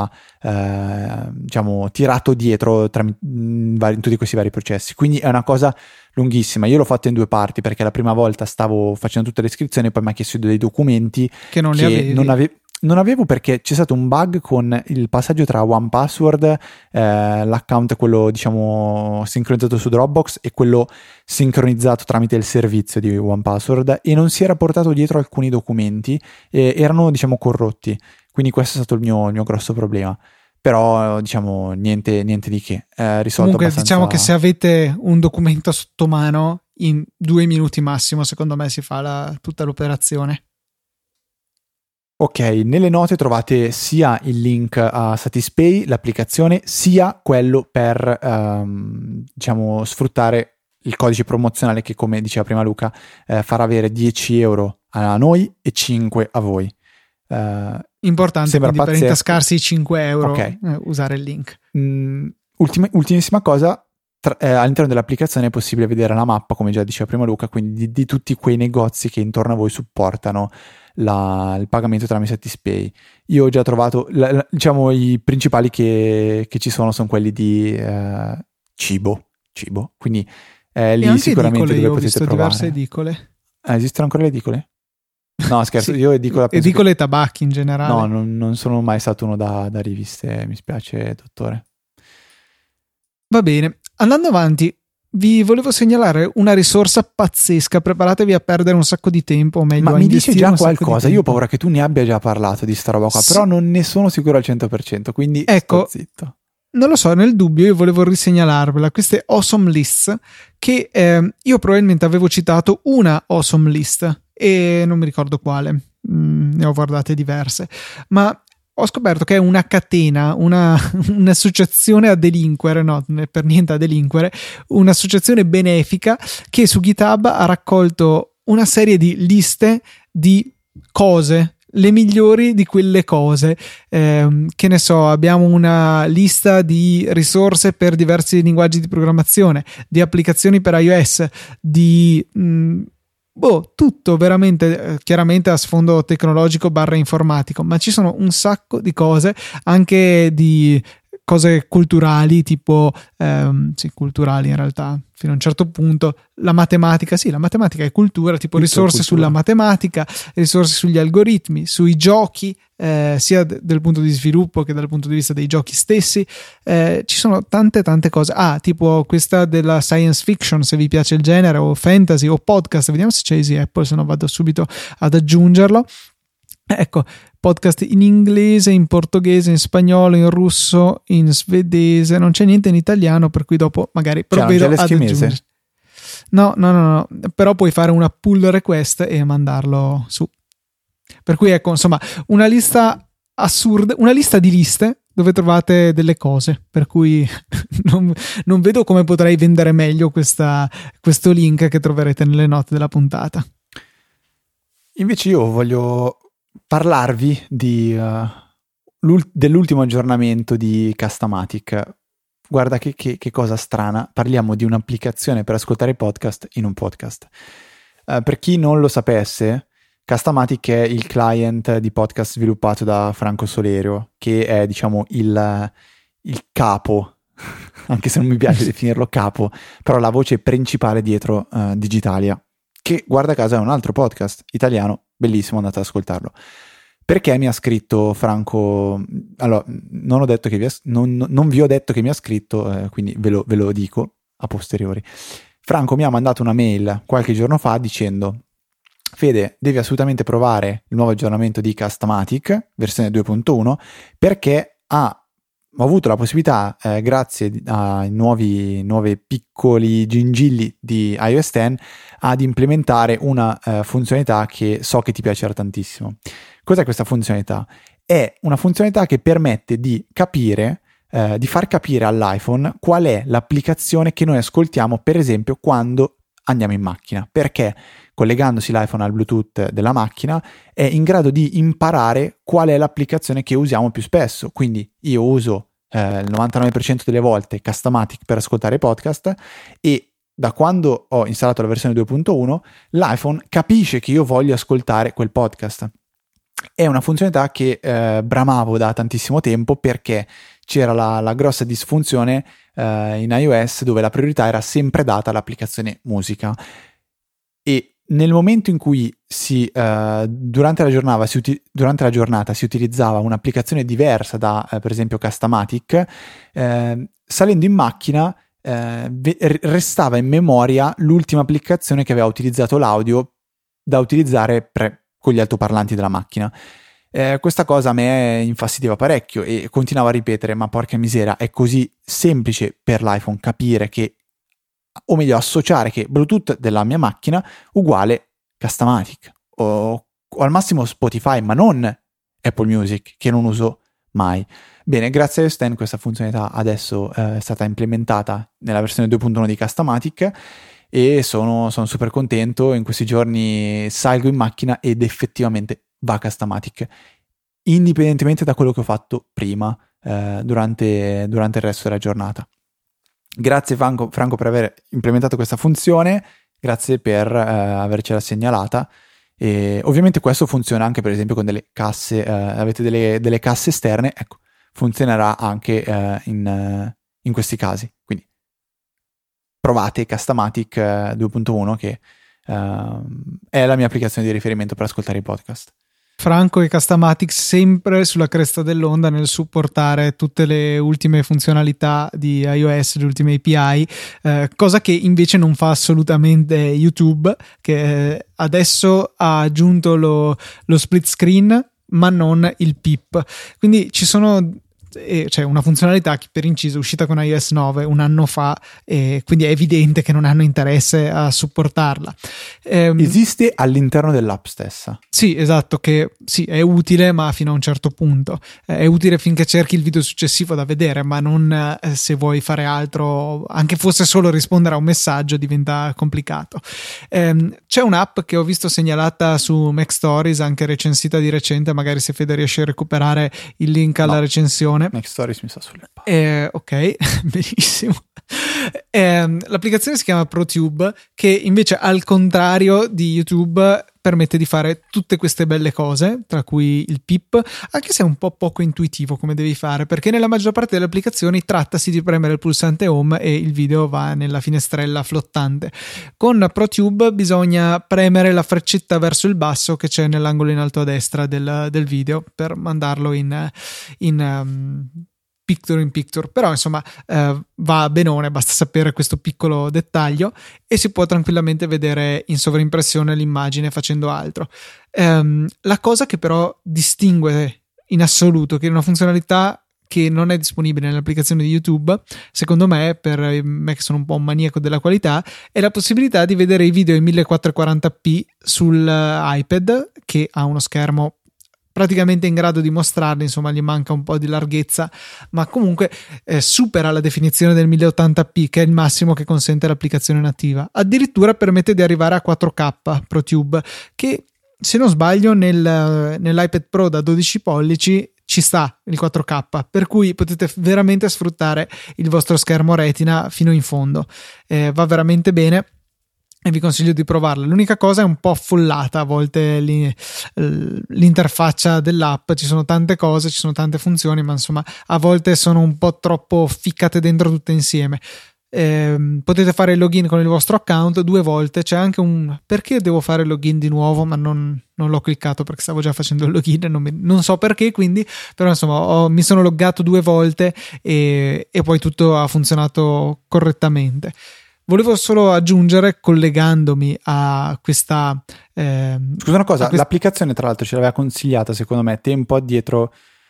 uh, diciamo tirato dietro tra, in, in tutti questi vari processi. Quindi è una cosa lunghissima. Io l'ho fatta in due parti, perché la prima volta stavo facendo tutte le iscrizioni, poi mi ha chiesto dei documenti che non che li avevi. non avevo Non avevo perché c'è stato un bug con il passaggio tra one password, eh, l'account quello diciamo sincronizzato su Dropbox, e quello sincronizzato tramite il servizio di one password, e non si era portato dietro alcuni documenti e erano diciamo corrotti. Quindi questo è stato il mio, il mio grosso problema. Però diciamo niente, niente di che, eh, risolto Comunque abbastanza... diciamo che se avete un documento sotto mano, in due minuti massimo secondo me si fa la, tutta l'operazione. Ok, nelle note trovate sia il link a Satispay, l'applicazione, sia quello per um, diciamo sfruttare il codice promozionale che, come diceva prima Luca, eh, farà avere dieci euro a noi e cinque a voi. Uh, Importante quindi pazzesco. Per intascarsi i cinque euro, okay. eh, usare il link. Mm, ultima, ultimissima cosa, tra, eh, all'interno dell'applicazione è possibile vedere la mappa, come già diceva prima Luca, quindi di, di tutti quei negozi che intorno a voi supportano La, il pagamento tramite Satispay. Io ho già trovato la, la, diciamo i principali che, che ci sono sono quelli di eh, cibo cibo quindi eh, lì sicuramente edicole, dove io ho potete visto provare diverse edicole. Eh, esistono ancora le edicole? No, scherzo. Sì, io edicola edicole che... e tabacchi in generale. No, non, non sono mai stato uno da, da riviste, mi spiace dottore. Va bene, andando avanti, vi volevo segnalare una risorsa pazzesca, preparatevi a perdere un sacco di tempo, o meglio, ma a mi dice già qualcosa, io ho tempo. paura che tu ne abbia già parlato di sta roba qua, sì. Però non ne sono sicuro al cento per cento, quindi ecco, sto zitto. Non lo so, nel dubbio io volevo risegnalarvela, queste awesome lists che eh, io probabilmente avevo citato una awesome list e non mi ricordo quale, mm, ne ho guardate diverse, ma ho scoperto che è una catena, una, un'associazione a delinquere, no, non è per niente a delinquere, un'associazione benefica che su GitHub ha raccolto una serie di liste di cose, le migliori di quelle cose, eh, che ne so, abbiamo una lista di risorse per diversi linguaggi di programmazione, di applicazioni per iOS, di... Mh, boh, tutto veramente, chiaramente a sfondo tecnologico barra informatico, ma ci sono un sacco di cose, anche di cose culturali, tipo ehm, sì, culturali in realtà fino a un certo punto, la matematica, sì, la matematica è cultura, tipo Tutto risorse cultura. sulla matematica, risorse sugli algoritmi, sui giochi, eh, sia d- dal punto di sviluppo che dal punto di vista dei giochi stessi, eh, ci sono tante tante cose, ah, tipo questa della science fiction, se vi piace il genere, o fantasy o podcast, vediamo se c'è Easy Apple, se no vado subito ad aggiungerlo. Ecco, podcast in inglese, in portoghese, in spagnolo, in russo, in svedese, non c'è niente in italiano, per cui dopo magari provvedo ad aggiungere. No, no, no, no, però puoi fare una pull request e mandarlo su. Per cui ecco, insomma, una lista assurda, una lista di liste dove trovate delle cose, per cui non, non vedo come potrei vendere meglio questa, questo link che troverete nelle note della puntata. Invece io voglio parlarvi di, uh, dell'ultimo aggiornamento di Castamatic. Guarda che, che, che cosa strana, parliamo di un'applicazione per ascoltare i podcast in un podcast. Uh, per chi non lo sapesse, Castamatic è il client di podcast sviluppato da Franco Solerio, che è, diciamo, il, il capo, anche se non mi piace definirlo capo, però la voce principale dietro uh, Digitalia, che guarda caso è un altro podcast italiano bellissimo, andate ad ascoltarlo. Perché mi ha scritto Franco? Allora, non ho detto che vi ha, non, non vi ho detto che mi ha scritto, eh, quindi ve lo, ve lo dico a posteriori. Franco mi ha mandato una mail qualche giorno fa dicendo: Fede, devi assolutamente provare il nuovo aggiornamento di Castamatic versione due punto uno, perché ha ho avuto la possibilità, eh, grazie ai nuovi, nuovi piccoli gingilli di iOS dieci, ad implementare una eh, funzionalità che so che ti piacerà tantissimo. Cos'è questa funzionalità? È una funzionalità che permette di capire, eh, di far capire all'iPhone qual è l'applicazione che noi ascoltiamo, per esempio, quando andiamo in macchina, perché collegandosi l'iPhone al Bluetooth della macchina è in grado di imparare qual è l'applicazione che usiamo più spesso. Quindi io uso eh, il novantanove per cento delle volte Castamatic per ascoltare podcast, e da quando ho installato la versione due punto uno l'iPhone capisce che io voglio ascoltare quel podcast. È una funzionalità che eh, bramavo da tantissimo tempo, perché c'era la, la grossa disfunzione eh, in iOS dove la priorità era sempre data all'applicazione musica, e nel momento in cui si, uh, durante, la giornata, si uti- durante la giornata si utilizzava un'applicazione diversa da uh, per esempio Castamatic, uh, salendo in macchina uh, ve- restava in memoria l'ultima applicazione che aveva utilizzato l'audio da utilizzare pre- con gli altoparlanti della macchina. Uh, questa cosa a me infastidiva parecchio e continuavo a ripetere: ma porca misera, è così semplice per l'iPhone capire che, o meglio associare che Bluetooth della mia macchina uguale Castamatic o, o al massimo Spotify, ma non Apple Music, che non uso mai. Bene, grazie a iOS dieci questa funzionalità adesso eh, è stata implementata nella versione due punto uno di Castamatic e sono, sono super contento. In questi giorni salgo in macchina ed effettivamente va Castamatic, indipendentemente da quello che ho fatto prima eh, durante, durante il resto della giornata. Grazie Franco, Franco per aver implementato questa funzione, grazie per eh, avercela segnalata. E ovviamente questo funziona anche per esempio con delle casse, eh, avete delle, delle casse esterne, ecco, funzionerà anche eh, in, eh, in questi casi. Quindi provate Castamatic eh, due punto uno, che eh, è la mia applicazione di riferimento per ascoltare i podcast. Franco e Customatics sempre sulla cresta dell'onda nel supportare tutte le ultime funzionalità di iOS, le ultime A P I, eh, cosa che invece non fa assolutamente YouTube, che adesso ha aggiunto lo, lo split screen ma non il pip. Quindi ci sono c'è cioè una funzionalità che per inciso è uscita con iOS nove un anno fa, e quindi è evidente che non hanno interesse a supportarla. Ehm, esiste all'interno dell'app stessa? Sì, esatto, che sì, è utile ma fino a un certo punto, eh, è utile finché cerchi il video successivo da vedere, ma non eh, se vuoi fare altro, anche fosse solo rispondere a un messaggio diventa complicato. Ehm, c'è un'app che ho visto segnalata su Mac Stories, anche recensita di recente, magari se Fede riesce a recuperare il link alla no. recensione. Mac Stories mi sta sulle palle. Eh, ok, benissimo. Eh, l'applicazione si chiama ProTube, che invece al contrario di YouTube permette di fare tutte queste belle cose, tra cui il pip, anche se è un po' poco intuitivo come devi fare, perché nella maggior parte delle applicazioni trattasi di premere il pulsante home e il video va nella finestrella flottante. Con ProTube bisogna premere la freccetta verso il basso che c'è nell'angolo in alto a destra del, del video per mandarlo in, in um, picture in picture, però insomma eh, va benone, basta sapere questo piccolo dettaglio e si può tranquillamente vedere in sovraimpressione l'immagine facendo altro. Ehm, la cosa che però distingue in assoluto, che è una funzionalità che non è disponibile nell'applicazione di YouTube, secondo me, per me che sono un po' un maniaco della qualità, è la possibilità di vedere i video in millequattrocentoquaranta p sull'iPad, che ha uno schermo praticamente in grado di mostrarli, insomma gli manca un po' di larghezza, ma comunque eh, supera la definizione del mille ottanta p, che è il massimo che consente l'applicazione nativa. Addirittura permette di arrivare a quattro K ProTube, che se non sbaglio nel, nell'iPad Pro da dodici pollici ci sta il quattro K, per cui potete veramente sfruttare il vostro schermo Retina fino in fondo. Eh, va veramente bene e vi consiglio di provarla. L'unica cosa è un po' affollata a volte l'interfaccia dell'app, ci sono tante cose, ci sono tante funzioni, ma insomma a volte sono un po' troppo ficcate dentro tutte insieme. Eh, potete fare il login con il vostro account due volte, c'è anche un perché devo fare il login di nuovo, ma non, non l'ho cliccato perché stavo già facendo il login, non, mi, non so perché, quindi però insomma ho, mi sono loggato due volte e, e poi tutto ha funzionato correttamente. Volevo solo aggiungere, collegandomi a questa eh, scusa una cosa, quest... l'applicazione tra l'altro ce l'aveva consigliata secondo me tempo addietro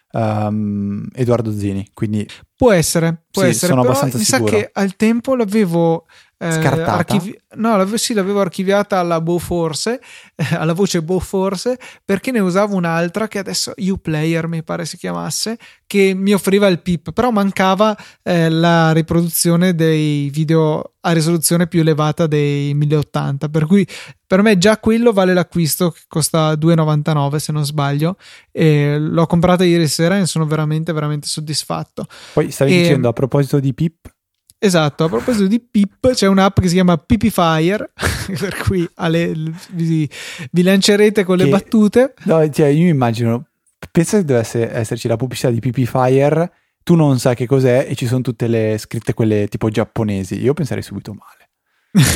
um, Edoardo Zini, quindi può essere, può sì, essere, sono però abbastanza mi sicuro. sa che al tempo l'avevo eh, scartata? Archivi... no, l'avevo, sì, l'avevo archiviata alla Boforce, eh, alla voce Boforce, perché ne usavo un'altra che adesso Uplayer mi pare si chiamasse, che mi offriva il pip, però mancava eh, la riproduzione dei video a risoluzione più elevata dei mille ottanta, per cui per me già quello vale l'acquisto, che costa due e novantanove se non sbaglio, e l'ho comprata ieri sera e ne sono veramente veramente soddisfatto. Poi stavi e... dicendo a proposito di pip. Esatto, a proposito di pip c'è un'app che si chiama Pipifier, per cui alle, vi, vi lancerete con che, le battute. No, cioè io immagino, pensa che dovesse esserci la pubblicità di Pipifier, tu non sai che cos'è e ci sono tutte le scritte quelle tipo giapponesi, io penserei subito male.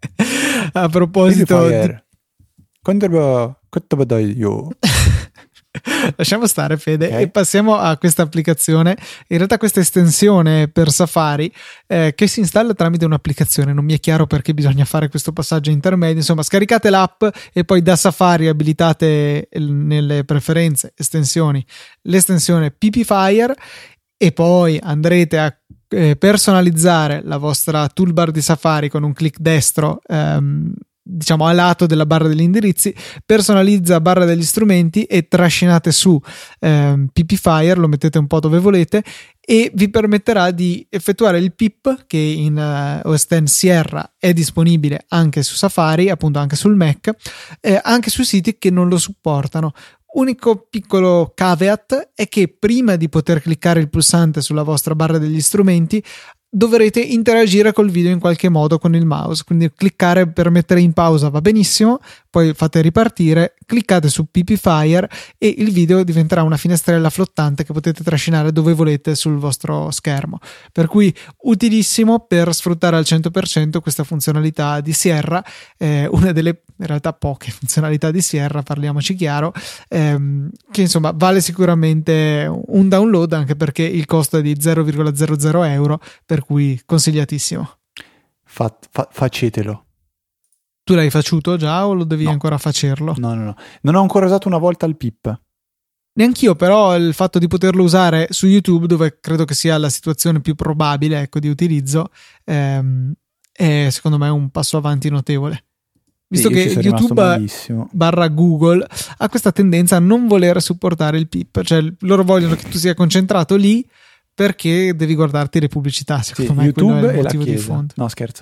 A proposito di... Quanto vedo io? Lasciamo stare, Fede, okay. E passiamo a questa applicazione, in realtà questa estensione per Safari eh, che si installa tramite un'applicazione, non mi è chiaro perché bisogna fare questo passaggio intermedio, insomma scaricate l'app e poi da Safari abilitate nelle preferenze estensioni l'estensione Pipifier e poi andrete a eh, personalizzare la vostra toolbar di Safari con un clic destro ehm, diciamo a lato della barra degli indirizzi, personalizza barra degli strumenti e trascinate su ehm, Pipifier, lo mettete un po' dove volete e vi permetterà di effettuare il pip che in uh, O S X Sierra è disponibile anche su Safari, appunto anche sul Mac, eh, anche su siti che non lo supportano. Unico piccolo caveat è che prima di poter cliccare il pulsante sulla vostra barra degli strumenti dovrete interagire col video in qualche modo con il mouse, quindi cliccare per mettere in pausa va benissimo, poi fate ripartire, cliccate su P P Fire e il video diventerà una finestrella flottante che potete trascinare dove volete sul vostro schermo, per cui utilissimo per sfruttare al cento per cento questa funzionalità di Sierra, eh, una delle in realtà poche funzionalità di Sierra, parliamoci chiaro, ehm, che insomma vale sicuramente un download, anche perché il costo è di zero virgola zero zero euro, per cui consigliatissimo. Fa, fa, facetelo. Tu l'hai facciuto già o lo devi no. ancora facerlo? No, no, no. Non ho ancora usato una volta il Pip. Neanch'io, però il fatto di poterlo usare su YouTube, dove credo che sia la situazione più probabile, ecco, di utilizzo, ehm, è secondo me un passo avanti notevole. Visto sì, che YouTube barra Google ha questa tendenza a non voler supportare il Pip, cioè loro vogliono che tu sia concentrato lì perché devi guardarti le pubblicità, secondo sì, me YouTube quello è il e motivo la di chiesa. fondo. No, scherzo.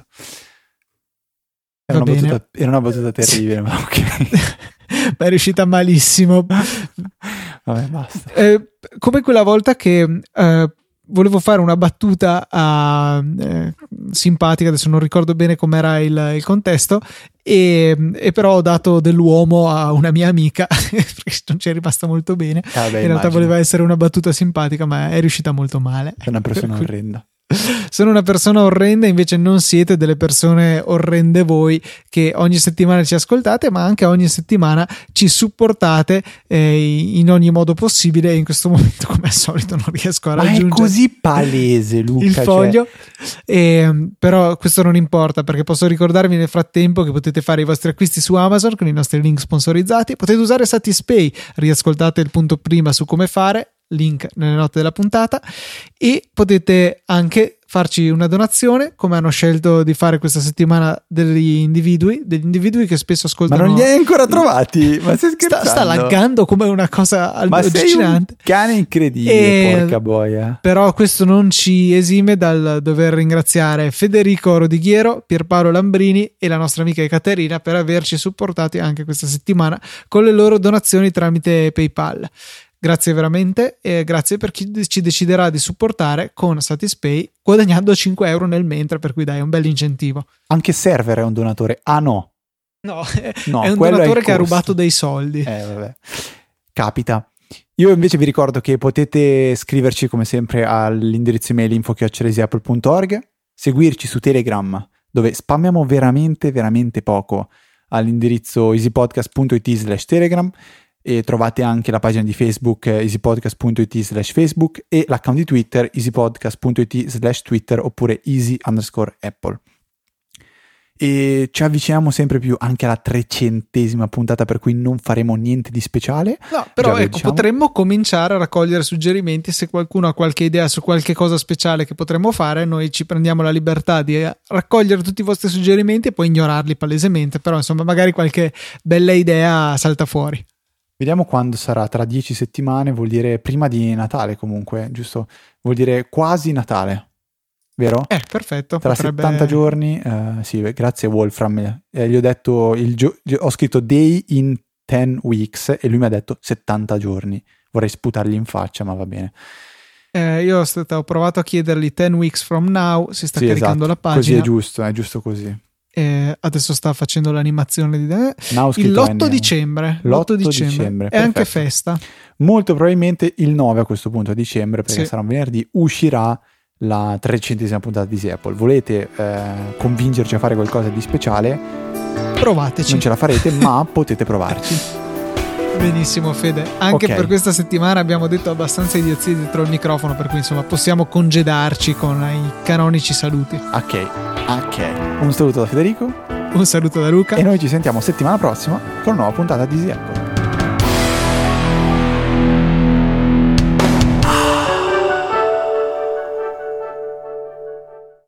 Era una, battuta, era una battuta terribile, ma ok. Beh, è riuscita malissimo. Vabbè, basta. Eh, come quella volta che eh, volevo fare una battuta a, eh, simpatica, adesso non ricordo bene com'era il, il contesto, e, e però ho dato dell'uomo a una mia amica perché non ci è rimasta molto bene. Ah, beh, in realtà immagino. Voleva essere una battuta simpatica, ma è riuscita molto male. È una persona orrenda. Sono una persona orrenda, invece non siete delle persone orrende voi che ogni settimana ci ascoltate, ma anche ogni settimana ci supportate eh, in ogni modo possibile, e in questo momento come al solito non riesco a ma raggiungere è così palese, Luca, il foglio, cioè... e, però questo non importa, perché posso ricordarvi nel frattempo che potete fare i vostri acquisti su Amazon con i nostri link sponsorizzati, potete usare Satispay, riascoltate il punto prima su come fare, link nelle note della puntata, e potete anche farci una donazione, come hanno scelto di fare questa settimana degli individui degli individui che spesso ascoltano. Ma non li hai ancora trovati? Ma stai scherzando? Sta, sta laggando come una cosa allucinante. Ma sei un cane incredibile, e... porca boia. Però questo non ci esime dal dover ringraziare Federico Rodighiero, Pierpaolo Lambrini e la nostra amica Ekaterina per averci supportati anche questa settimana con le loro donazioni tramite PayPal. Grazie veramente, e grazie per chi ci deciderà di supportare con Satispay guadagnando cinque euro nel mentre, per cui dai, è un bel incentivo. Anche Server è un donatore. Ah no. No, no è un donatore è che ha rubato dei soldi. Eh vabbè. Capita. Io invece vi ricordo che potete scriverci come sempre all'indirizzo email info chiocciola easyapple punto org, seguirci su Telegram, dove spammiamo veramente veramente poco, all'indirizzo easypodcast punto it slash telegram, e trovate anche la pagina di Facebook easypodcast punto it slash Facebook e l'account di Twitter easypodcast punto it slash Twitter oppure easy underscore apple. E ci avviciniamo sempre più anche alla trecentesima puntata, per cui non faremo niente di speciale. No, però ecco, diciamo. Potremmo cominciare a raccogliere suggerimenti. Se qualcuno ha qualche idea su qualche cosa speciale che potremmo fare, noi ci prendiamo la libertà di raccogliere tutti i vostri suggerimenti e poi ignorarli palesemente, però insomma magari qualche bella idea salta fuori. Vediamo quando sarà, tra dieci settimane, vuol dire prima di Natale comunque, giusto? Vuol dire quasi Natale, vero? Eh, perfetto. Tra potrebbe... settanta giorni, uh, sì, grazie Wolfram, eh, gli ho detto, il gio- ho scritto day in ten weeks e lui mi ha detto settanta giorni, vorrei sputargli in faccia, ma va bene. Eh, io ho, stato, ho provato a chiedergli ten weeks from now, si sta sì, caricando esatto. la pagina. Così è giusto, è giusto così. Eh, adesso sta facendo l'animazione di Now il l'otto dicembre l'otto dicembre è anche festa, molto probabilmente il nove a questo punto a dicembre, perché sì. sarà un venerdì, uscirà la trecentesima puntata di Easy Apple. Volete eh, convincerci a fare qualcosa di speciale? Provateci. Non ce la farete, ma potete provarci. Benissimo Fede, anche okay. Per questa settimana abbiamo detto abbastanza idiozie dietro il microfono, per cui insomma possiamo congedarci con i canonici saluti. Ok, ok. Un saluto da Federico, un saluto da Luca e noi ci sentiamo settimana prossima con una nuova puntata di Easy Apple.